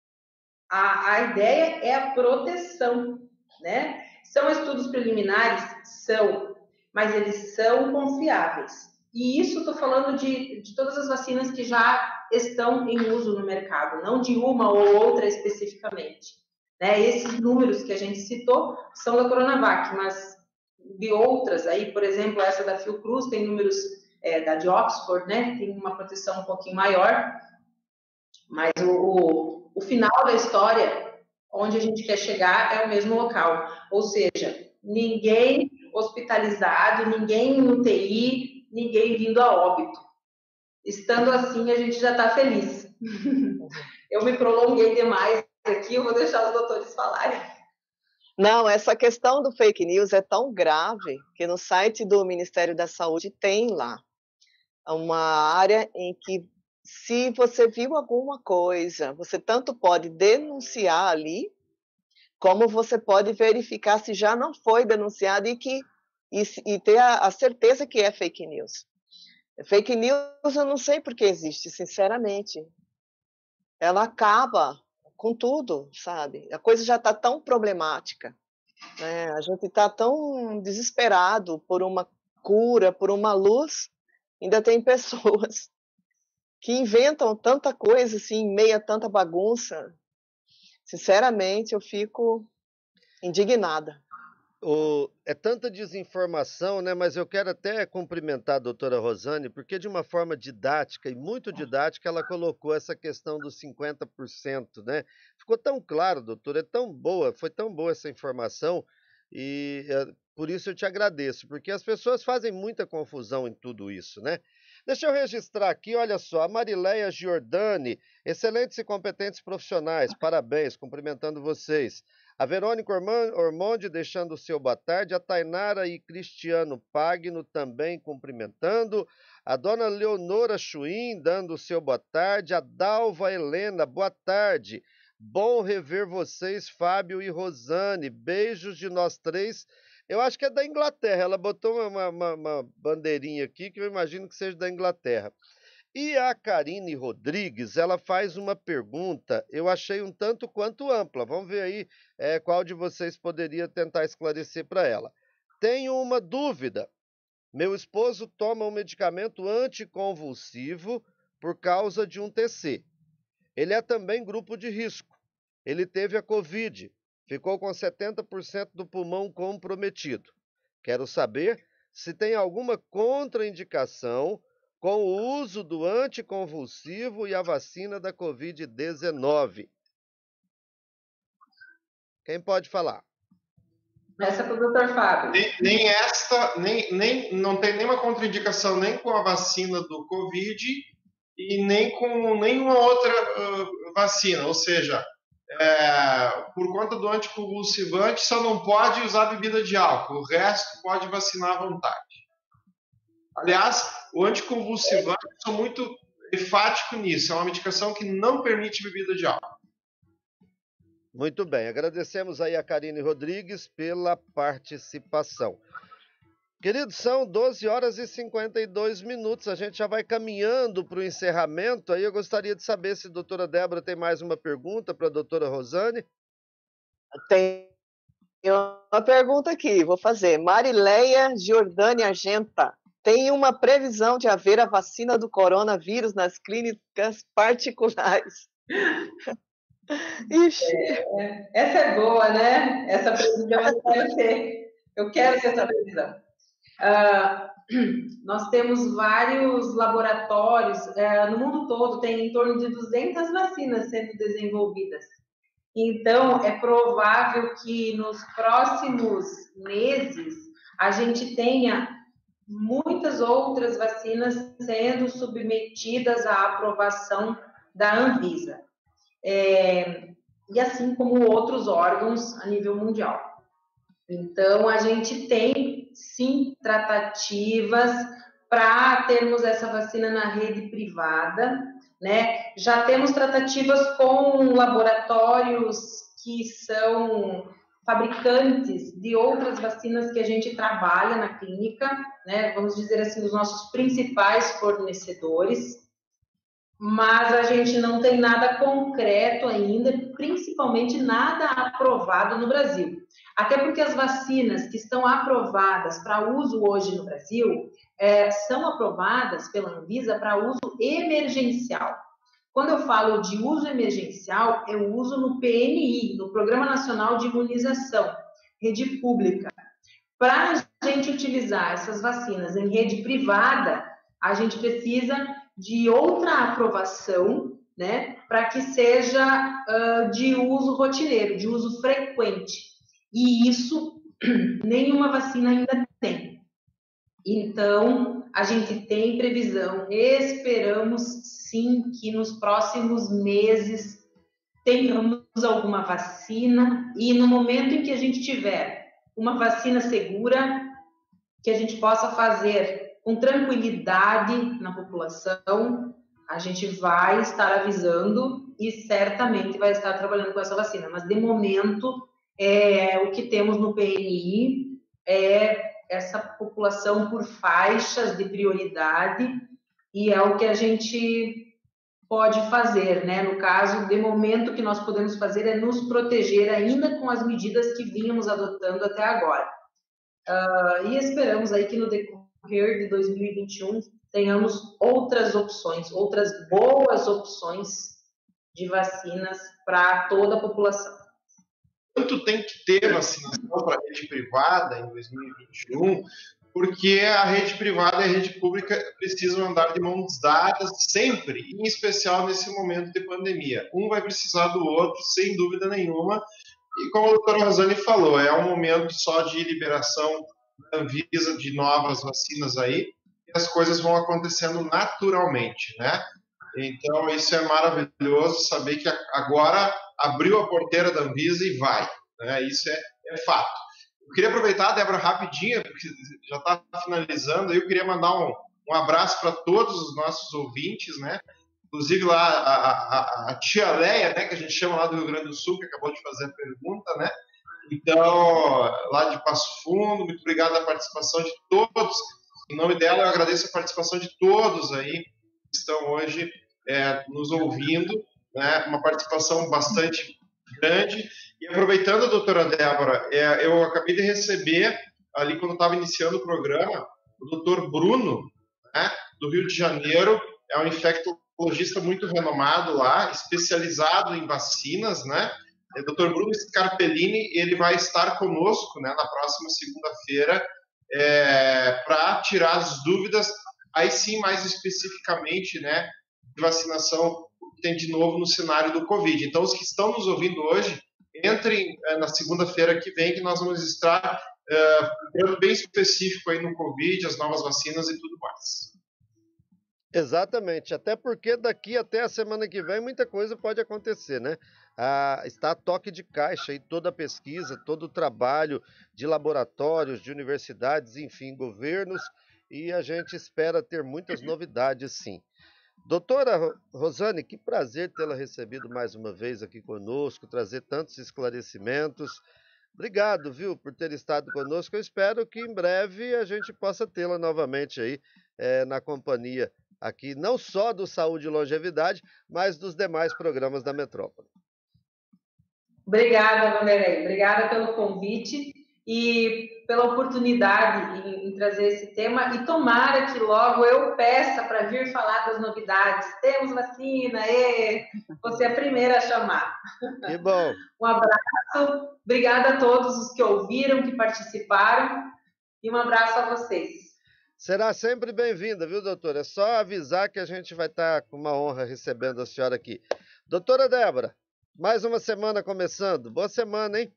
A, a ideia é a proteção, né? São estudos preliminares? São, mas eles são confiáveis. E isso estou falando de, de todas as vacinas que já estão em uso no mercado, não de uma ou outra especificamente, né? Esses números que a gente citou são da Coronavac, mas de outras aí, por exemplo, essa da Fiocruz tem números, é, da de Oxford, né? Tem uma proteção um pouquinho maior, mas o, o, o final da história, onde a gente quer chegar, é o mesmo local. Ou seja, ninguém hospitalizado, ninguém em U T I, ninguém vindo a óbito. Estando assim, a gente já está feliz. Eu me prolonguei demais aqui, eu vou deixar os doutores falarem. Não, essa questão do fake news é tão grave que no site do Ministério da Saúde tem lá uma área em que, se você viu alguma coisa, você tanto pode denunciar ali, como você pode verificar se já não foi denunciado e, que, e, e ter a, a certeza que é fake news. Fake news eu não sei por que existe, sinceramente. Ela acaba com tudo, sabe? A coisa já está tão problemática, né? A gente está tão desesperado por uma cura, por uma luz. Ainda tem pessoas que inventam tanta coisa assim, em meio a tanta bagunça. Sinceramente, eu fico indignada. O, é tanta desinformação, né? Mas eu quero até cumprimentar a doutora Rosane, porque de uma forma didática e muito didática ela colocou essa questão dos cinquenta por cento, né? Ficou tão claro, doutora, é tão boa, foi tão boa essa informação e é, por isso eu te agradeço, porque as pessoas fazem muita confusão em tudo isso, né? Deixa eu registrar aqui, olha só, a Marileia Giordani, excelentes e competentes profissionais, parabéns, cumprimentando vocês. A Verônica Ormonde deixando o seu boa tarde, a Tainara e Cristiano Pagno também cumprimentando, a dona Leonora Chuim dando o seu boa tarde, a Dalva Helena, boa tarde, bom rever vocês, Fábio e Rosane, beijos de nós três. Eu acho que é da Inglaterra, ela botou uma, uma, uma bandeirinha aqui que eu imagino que seja da Inglaterra. E a Karine Rodrigues, ela faz uma pergunta, eu achei um tanto quanto ampla. Vamos ver aí é, qual de vocês poderia tentar esclarecer para ela. Tenho uma dúvida. Meu esposo toma um medicamento anticonvulsivo por causa de um T C. Ele é também grupo de risco. Ele teve a Covid, ficou com setenta por cento do pulmão comprometido. Quero saber se tem alguma contraindicação com o uso do anticonvulsivo e a vacina da covid dezenove. Quem pode falar? Essa para o doutor Fábio. Nem, nem esta, nem, nem, não tem nenhuma contraindicação nem com a vacina do Covid e nem com nenhuma outra uh, vacina. Ou seja, é, por conta do anticonvulsivante, só não pode usar bebida de álcool. O resto pode vacinar à vontade. Aliás, o anticonvulsivante, eu sou muito enfático nisso. É uma medicação que não permite bebida de álcool. Muito bem, agradecemos aí a Karine Rodrigues pela participação. Queridos, são doze horas e cinquenta e dois minutos, a gente já vai caminhando para o encerramento, aí eu gostaria de saber se a doutora Débora tem mais uma pergunta para a doutora Rosane. Tem uma pergunta aqui, vou fazer. Marileia Giordani Argenta, tem uma previsão de haver a vacina do coronavírus nas clínicas particulares? Ixi. É, essa é boa, né? Essa previsão eu quero ter. Eu quero ter essa previsão. Uh, nós temos vários laboratórios, uh, no mundo todo tem em torno de duzentas vacinas sendo desenvolvidas. Então, é provável que nos próximos meses a gente tenha muitas outras vacinas sendo submetidas à aprovação da Anvisa. É, e assim como outros órgãos a nível mundial. Então, a gente tem, sim, tratativas para termos essa vacina na rede privada, né? Já temos tratativas com laboratórios que são fabricantes de outras vacinas que a gente trabalha na clínica, né? Vamos dizer assim, os nossos principais fornecedores. Mas a gente não tem nada concreto ainda, principalmente nada aprovado no Brasil. Até porque as vacinas que estão aprovadas para uso hoje no Brasil é, são aprovadas pela Anvisa para uso emergencial. Quando eu falo de uso emergencial, eu uso no P N I, no Programa Nacional de Imunização, rede pública. Para a gente utilizar essas vacinas em rede privada, a gente precisa de outra aprovação, né, para que seja uh, de uso rotineiro, de uso frequente. E isso nenhuma vacina ainda tem. Então, a gente tem previsão, esperamos sim que nos próximos meses tenhamos alguma vacina e no momento em que a gente tiver uma vacina segura, que a gente possa fazer com tranquilidade na população, a gente vai estar avisando e certamente vai estar trabalhando com essa vacina. Mas, de momento, é, o que temos no P N I é essa população por faixas de prioridade e é o que a gente pode fazer, né? No caso, de momento, o que nós podemos fazer é nos proteger ainda com as medidas que vínhamos adotando até agora. Uh, e esperamos aí que no decorrer de dois mil e vinte e um tenhamos outras opções, outras boas opções de vacinas para toda a população. Quanto tem que ter vacinação não para a rede privada em dois mil e vinte e um, porque a rede privada e a rede pública precisam andar de mãos dadas sempre, em especial nesse momento de pandemia. Um vai precisar do outro, sem dúvida nenhuma, e como a doutora Rosane falou, é um momento só de liberação da Anvisa de novas vacinas aí, e as coisas vão acontecendo naturalmente, né? Então, isso é maravilhoso, saber que agora abriu a porteira da Anvisa e vai, né? Isso é, é fato. Eu queria aproveitar, Débora, rapidinho, porque já está finalizando, eu queria mandar um, um abraço para todos os nossos ouvintes, né? Inclusive lá a, a, a tia Leia, né, que a gente chama lá do Rio Grande do Sul, que acabou de fazer a pergunta, né? Então, lá de Passo Fundo, muito obrigado pela participação de todos. Em nome dela, eu agradeço a participação de todos aí que estão hoje é, nos ouvindo, né? Uma participação bastante grande. E aproveitando, doutora Débora, é, eu acabei de receber, ali quando estava iniciando o programa, o doutor Bruno, né, do Rio de Janeiro, é um infectologista muito renomado lá, especializado em vacinas, né? O doutor Bruno Scarpellini, ele vai estar conosco, né, na próxima segunda-feira, é, para tirar as dúvidas, aí sim, mais especificamente, né, de vacinação que tem de novo no cenário do Covid. Então, os que estão nos ouvindo hoje, entrem é, na segunda-feira que vem, que nós vamos estar é, bem específico aí no Covid, as novas vacinas e tudo mais. Exatamente, até porque daqui até a semana que vem muita coisa pode acontecer, né? Ah, está a toque de caixa aí toda a pesquisa, todo o trabalho de laboratórios, de universidades, enfim, governos, e a gente espera ter muitas novidades, sim. Doutora Rosane, que prazer tê-la recebido mais uma vez aqui conosco, trazer tantos esclarecimentos. Obrigado, viu, por ter estado conosco. Eu espero que em breve a gente possa tê-la novamente aí é, na companhia aqui, não só do Saúde e Longevidade, mas dos demais programas da Metrópole. Obrigada, Vanderlei. Obrigada pelo convite e pela oportunidade em, em trazer esse tema. E tomara que logo eu peça para vir falar das novidades. Temos vacina, e você é a primeira a chamar. Que bom. Um abraço. Obrigada a todos os que ouviram, que participaram. E um abraço a vocês. Será sempre bem-vinda, viu, doutora? É só avisar que a gente vai estar com uma honra recebendo a senhora aqui. Doutora Débora, mais uma semana começando. Boa semana, hein?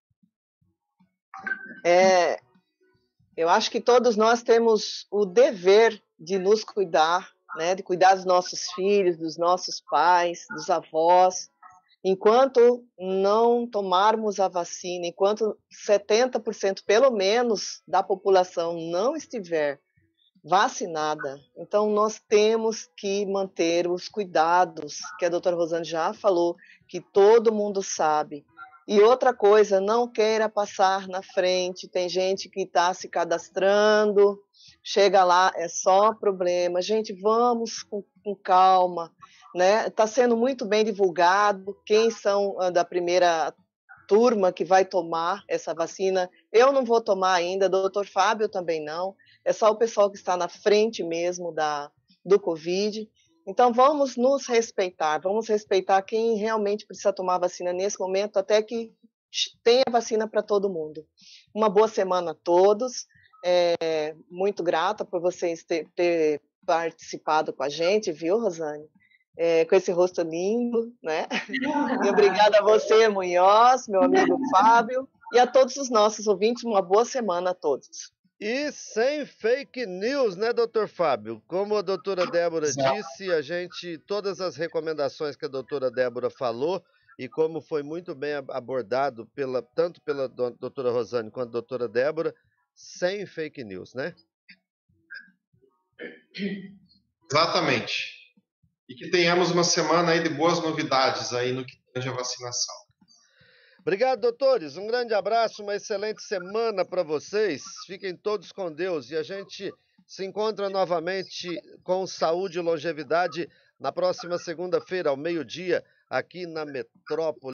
É, eu acho que todos nós temos o dever de nos cuidar, né? De cuidar dos nossos filhos, dos nossos pais, dos avós. Enquanto não tomarmos a vacina, enquanto setenta por cento pelo menos da população não estiver vacinada, então nós temos que manter os cuidados que a doutora Rosane já falou, que todo mundo sabe. E outra coisa, não queira passar na frente, tem gente que está se cadastrando, chega lá, é só problema. Gente, vamos com, com calma, né? Está sendo muito bem divulgado quem são da primeira turma que vai tomar essa vacina. Eu não vou tomar ainda, doutor Fábio também não. É só o pessoal que está na frente mesmo da, do Covid. Então, vamos nos respeitar, vamos respeitar quem realmente precisa tomar a vacina nesse momento, até que tenha vacina para todo mundo. Uma boa semana a todos. É, muito grata por vocês ter, ter participado com a gente, viu, Rosane? É, com esse rosto lindo, né? E obrigada a você, Munhoz, meu amigo Fábio, e a todos os nossos ouvintes, uma boa semana a todos. E sem fake news, né, doutor Fábio? Como a doutora Débora Exato. disse, a gente, todas as recomendações que a doutora Débora falou, e como foi muito bem abordado pela, tanto pela doutora Rosane quanto a doutora Débora, sem fake news, né? Exatamente. E que tenhamos uma semana aí de boas novidades aí no que tange a vacinação. Obrigado, doutores. Um grande abraço, uma excelente semana para vocês. Fiquem todos com Deus e a gente se encontra novamente com Saúde e Longevidade na próxima segunda-feira, ao meio-dia, aqui na Metrópole.